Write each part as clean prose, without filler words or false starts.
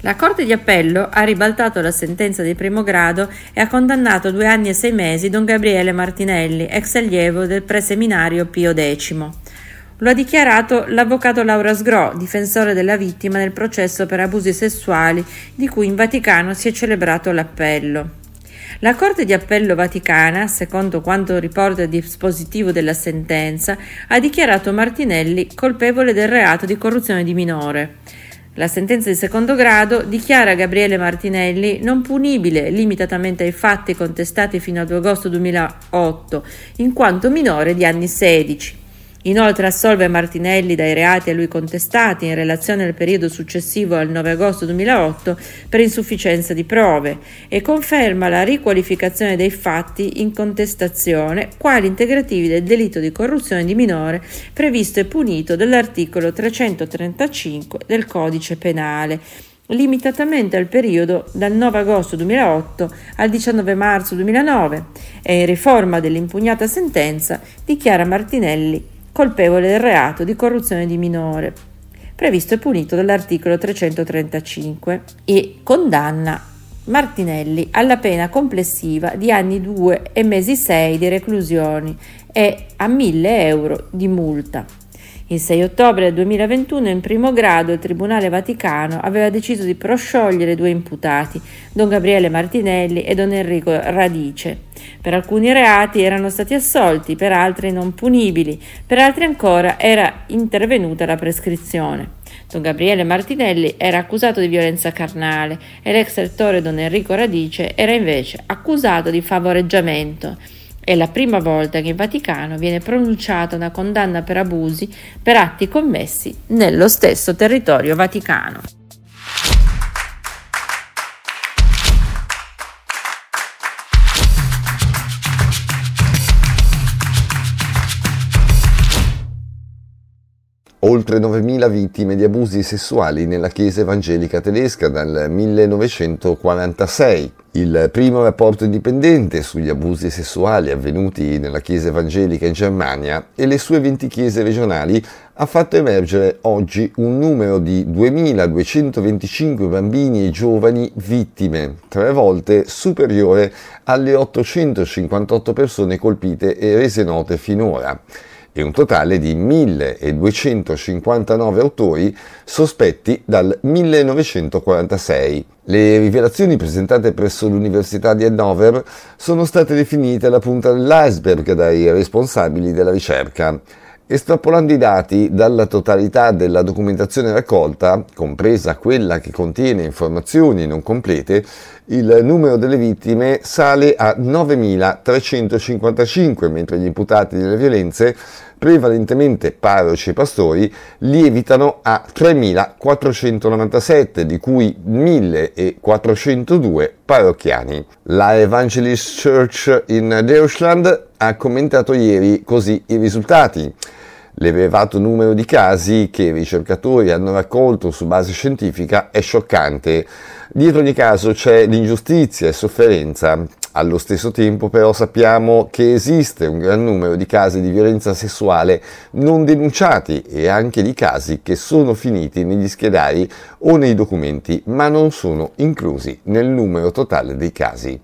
La Corte di Appello ha ribaltato la sentenza di primo grado e ha condannato 2 anni e 6 mesi don Gabriele Martinelli, ex allievo del preseminario Pio X. Lo ha dichiarato l'avvocato Laura Sgro, difensore della vittima nel processo per abusi sessuali di cui in Vaticano si è celebrato l'appello. La Corte di Appello Vaticana, secondo quanto riporta il dispositivo della sentenza, ha dichiarato Martinelli colpevole del reato di corruzione di minore. La sentenza di secondo grado dichiara Gabriele Martinelli non punibile limitatamente ai fatti contestati fino al 2 agosto 2008, in quanto minore di anni 16. Inoltre assolve Martinelli dai reati a lui contestati in relazione al periodo successivo al 9 agosto 2008 per insufficienza di prove e conferma la riqualificazione dei fatti in contestazione quali integrativi del delitto di corruzione di minore previsto e punito dall'articolo 335 del Codice Penale, limitatamente al periodo dal 9 agosto 2008 al 19 marzo 2009 e in riforma dell'impugnata sentenza dichiara Martinelli colpevole del reato di corruzione di minore, previsto e punito dall'articolo 335, e condanna Martinelli alla pena complessiva di anni 2 e mesi 6 di reclusione e a 1.000 euro di multa. Il 6 ottobre 2021 in primo grado il Tribunale Vaticano aveva deciso di prosciogliere 2 imputati, don Gabriele Martinelli e don Enrico Radice. Per alcuni reati erano stati assolti, per altri non punibili, per altri ancora era intervenuta la prescrizione. Don Gabriele Martinelli era accusato di violenza carnale e l'ex rettore don Enrico Radice era invece accusato di favoreggiamento. È la prima volta che in Vaticano viene pronunciata una condanna per abusi per atti commessi nello stesso territorio vaticano. Oltre 9.000 vittime di abusi sessuali nella Chiesa evangelica tedesca dal 1946. Il primo rapporto indipendente sugli abusi sessuali avvenuti nella Chiesa evangelica in Germania e le sue 20 chiese regionali ha fatto emergere oggi un numero di 2.225 bambini e giovani vittime, 3 volte superiore alle 858 persone colpite e rese note finora, e un totale di 1.259 autori sospetti dal 1946. Le rivelazioni presentate presso l'Università di Hannover sono state definite la punta dell'iceberg dai responsabili della ricerca. Estrapolando i dati dalla totalità della documentazione raccolta, compresa quella che contiene informazioni non complete, il numero delle vittime sale a 9.355, mentre gli imputati delle violenze, prevalentemente parroci e pastori, lievitano a 3.497, di cui 1.402 parrocchiani. La Evangelist Church in Deutschland ha commentato ieri così i risultati. L'elevato numero di casi che i ricercatori hanno raccolto su base scientifica è scioccante. Dietro ogni caso c'è l'ingiustizia e sofferenza. Allo stesso tempo però sappiamo che esiste un gran numero di casi di violenza sessuale non denunciati e anche di casi che sono finiti negli schedari o nei documenti, ma non sono inclusi nel numero totale dei casi.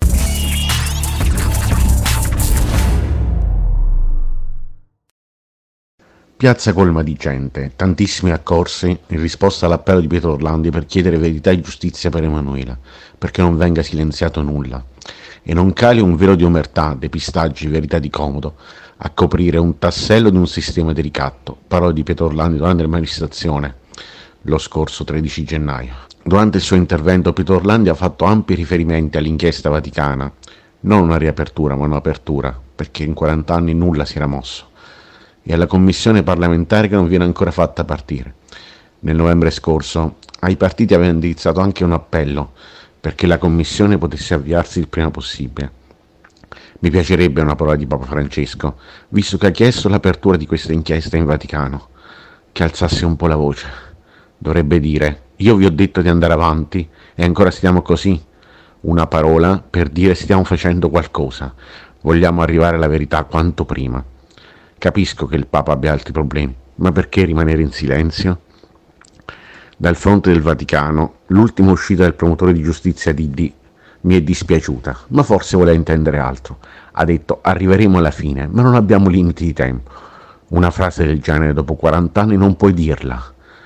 Piazza colma di gente, tantissimi accorsi in risposta all'appello di Pietro Orlandi per chiedere verità e giustizia per Emanuela, perché non venga silenziato nulla, e non cali un velo di omertà, depistaggi, verità di comodo, a coprire un tassello di un sistema di ricatto, parole di Pietro Orlandi durante la manifestazione, lo scorso 13 gennaio. Durante il suo intervento Pietro Orlandi ha fatto ampi riferimenti all'inchiesta vaticana, non una riapertura ma un'apertura, perché in 40 anni nulla si era mosso, e alla commissione parlamentare che non viene ancora fatta partire. Nel novembre scorso ai partiti aveva indirizzato anche un appello perché la commissione potesse avviarsi il prima possibile. Mi piacerebbe una parola di Papa Francesco, visto che ha chiesto l'apertura di questa inchiesta in Vaticano, che alzasse un po' la voce. Dovrebbe dire: io vi ho detto di andare avanti e ancora stiamo così. Una parola per dire stiamo facendo qualcosa, vogliamo arrivare alla verità quanto prima. Capisco che il Papa abbia altri problemi, ma perché rimanere in silenzio? Dal fronte del Vaticano, l'ultima uscita del promotore di giustizia Diddi mi è dispiaciuta, ma forse voleva intendere altro. Ha detto: arriveremo alla fine, ma non abbiamo limiti di tempo. Una frase del genere dopo 40 anni non puoi dirla.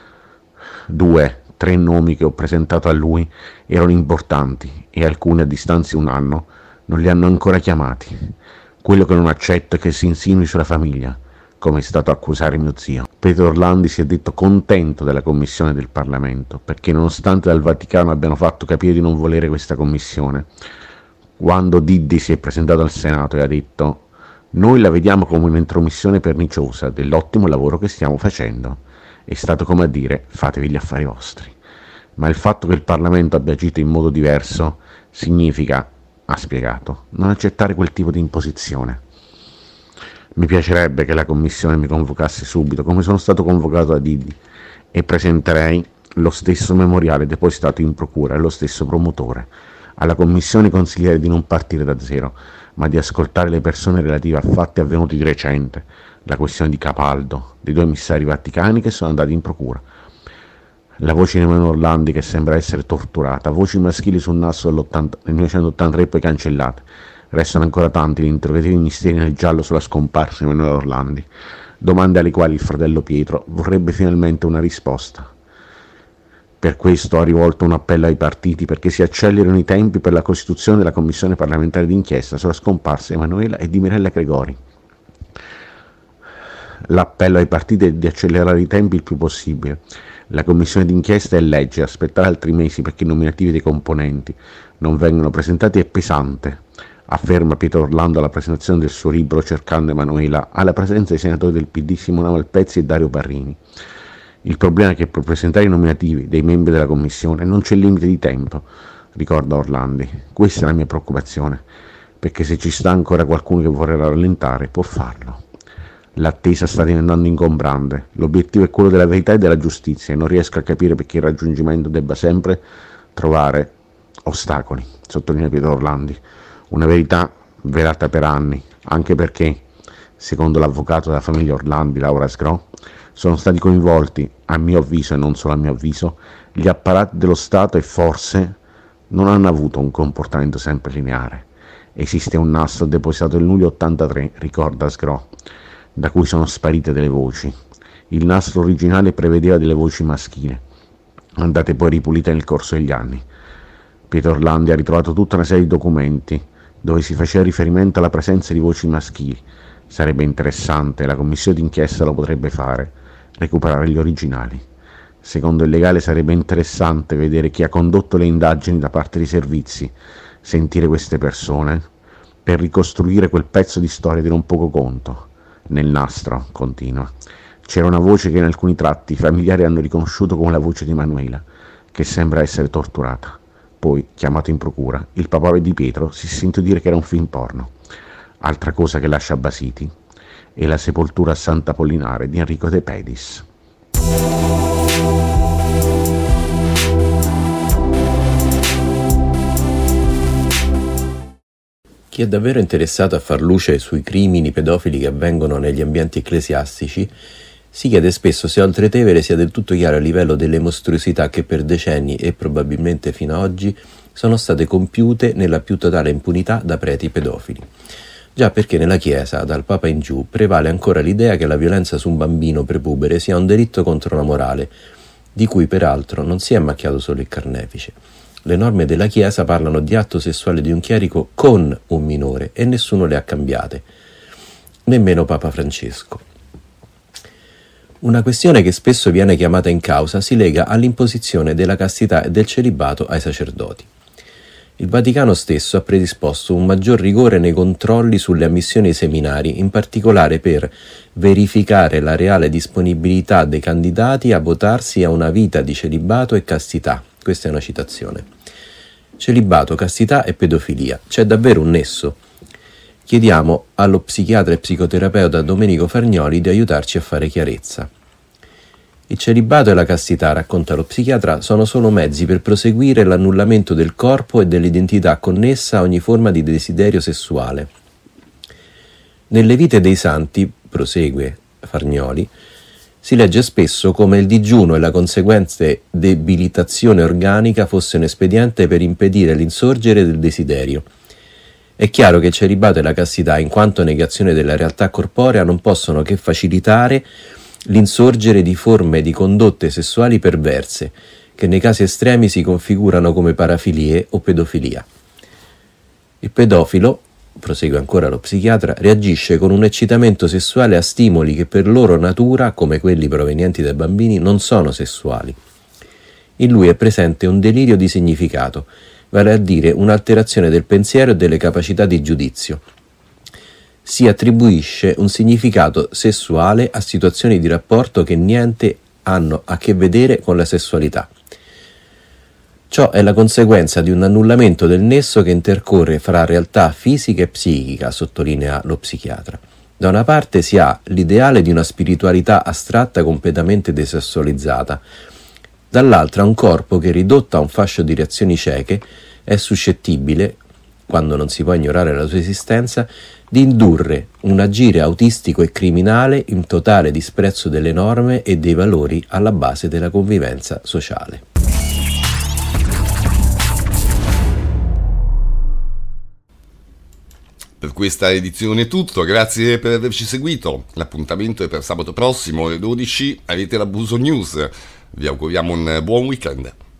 2-3 nomi che ho presentato a lui erano importanti e alcuni a distanza di un anno non li hanno ancora chiamati. Quello che non accetto è che si insinui sulla famiglia, come è stato a accusare mio zio. Pietro Orlandi si è detto contento della commissione del Parlamento, perché nonostante dal Vaticano abbiano fatto capire di non volere questa commissione, quando Diddi si è presentato al Senato e ha detto: noi la vediamo come un'intromissione perniciosa dell'ottimo lavoro che stiamo facendo, è stato come a dire: fatevi gli affari vostri. Ma il fatto che il Parlamento abbia agito in modo diverso significa, ha spiegato, non accettare quel tipo di imposizione. Mi piacerebbe che la commissione mi convocasse subito, come sono stato convocato da Diddi, e presenterei lo stesso memoriale depositato in procura e lo stesso promotore. Alla commissione consiglierei di non partire da zero, ma di ascoltare le persone relative a fatti avvenuti di recente, la questione di Capaldo, dei 2 emissari vaticani che sono andati in procura, la voce di Emanuele Orlandi che sembra essere torturata, voci maschili sul Nasso del 1983 poi cancellate. Restano ancora tanti gli interrogativi misteri nel giallo sulla scomparsa di Emanuele Orlandi, domande alle quali il fratello Pietro vorrebbe finalmente una risposta. Per questo ha rivolto un appello ai partiti perché si accelerino i tempi per la costituzione della commissione parlamentare d'inchiesta sulla scomparsa di Emanuela e di Mirella Gregori. L'appello ai partiti è di accelerare i tempi il più possibile. La commissione d'inchiesta è legge, aspettare altri mesi perché i nominativi dei componenti non vengono presentati è pesante, afferma Pietro Orlando alla presentazione del suo libro Cercando Emanuela, alla presenza dei senatori del PD Simona Malpezzi e Dario Parrini. Il problema è che per presentare i nominativi dei membri della commissione non c'è limite di tempo, ricorda Orlandi. Questa è la mia preoccupazione, perché se ci sta ancora qualcuno che vorrà rallentare può farlo. L'attesa sta diventando ingombrante, l'obiettivo è quello della verità e della giustizia e non riesco a capire perché il raggiungimento debba sempre trovare ostacoli, sottolinea Pietro Orlandi. Una verità velata per anni, anche perché, secondo l'avvocato della famiglia Orlandi, Laura Sgro, sono stati coinvolti, a mio avviso e non solo a mio avviso, gli apparati dello Stato e forse non hanno avuto un comportamento sempre lineare. Esiste un nastro depositato nel luglio 83, ricorda Sgro, da cui sono sparite delle voci. Il nastro originale prevedeva delle voci maschili, andate poi ripulite nel corso degli anni. Pietro Orlandi ha ritrovato tutta una serie di documenti dove si faceva riferimento alla presenza di voci maschili. Sarebbe interessante, la commissione d'inchiesta lo potrebbe fare, recuperare gli originali. Secondo il legale sarebbe interessante vedere chi ha condotto le indagini da parte dei servizi, sentire queste persone, per ricostruire quel pezzo di storia di non poco conto. Nel nastro, continua, c'era una voce che in alcuni tratti i familiari hanno riconosciuto come la voce di Emanuela, che sembra essere torturata. Poi, chiamato in procura, il papà di Pietro si sente dire che era un film porno. Altra cosa che lascia basiti è la sepoltura a Sant'Apollinare di Enrico De Pedis. Chi è davvero interessato a far luce sui crimini pedofili che avvengono negli ambienti ecclesiastici si chiede spesso se Oltretevere sia del tutto chiaro a livello delle mostruosità che per decenni e probabilmente fino ad oggi sono state compiute nella più totale impunità da preti pedofili. Già perché nella Chiesa, dal Papa in giù, prevale ancora l'idea che la violenza su un bambino prepubere sia un delitto contro la morale, di cui peraltro non si è macchiato solo il carnefice. Le norme della Chiesa parlano di atto sessuale di un chierico con un minore e nessuno le ha cambiate, nemmeno Papa Francesco. Una questione che spesso viene chiamata in causa si lega all'imposizione della castità e del celibato ai sacerdoti. Il Vaticano stesso ha predisposto un maggior rigore nei controlli sulle ammissioni ai seminari, in particolare per verificare la reale disponibilità dei candidati a votarsi a una vita di celibato e castità. Questa è una citazione. Celibato, castità e pedofilia. C'è davvero un nesso? Chiediamo allo psichiatra e psicoterapeuta Domenico Fargnoli di aiutarci a fare chiarezza. Il celibato e la castità, racconta lo psichiatra, sono solo mezzi per proseguire l'annullamento del corpo e dell'identità connessa a ogni forma di desiderio sessuale. Nelle vite dei santi, prosegue Fargnoli, Si legge spesso come il digiuno e la conseguente debilitazione organica fosse un espediente per impedire l'insorgere del desiderio. È chiaro che il celibato e la castità, in quanto negazione della realtà corporea, non possono che facilitare l'insorgere di forme di condotte sessuali perverse, che nei casi estremi si configurano come parafilie o pedofilia. Il pedofilo, prosegue ancora lo psichiatra, reagisce con un eccitamento sessuale a stimoli che per loro natura, come quelli provenienti dai bambini, non sono sessuali. In lui è presente un delirio di significato, vale a dire un'alterazione del pensiero e delle capacità di giudizio. Si attribuisce un significato sessuale a situazioni di rapporto che niente hanno a che vedere con la sessualità. Ciò è la conseguenza di un annullamento del nesso che intercorre fra realtà fisica e psichica, sottolinea lo psichiatra. Da una parte si ha l'ideale di una spiritualità astratta completamente desessualizzata, dall'altra un corpo che, ridotto a un fascio di reazioni cieche, è suscettibile, quando non si può ignorare la sua esistenza, di indurre un agire autistico e criminale in totale disprezzo delle norme e dei valori alla base della convivenza sociale. Per questa edizione è tutto, grazie per averci seguito. L'appuntamento è per sabato prossimo alle 12, avete l'Abuso News. Vi auguriamo un buon weekend.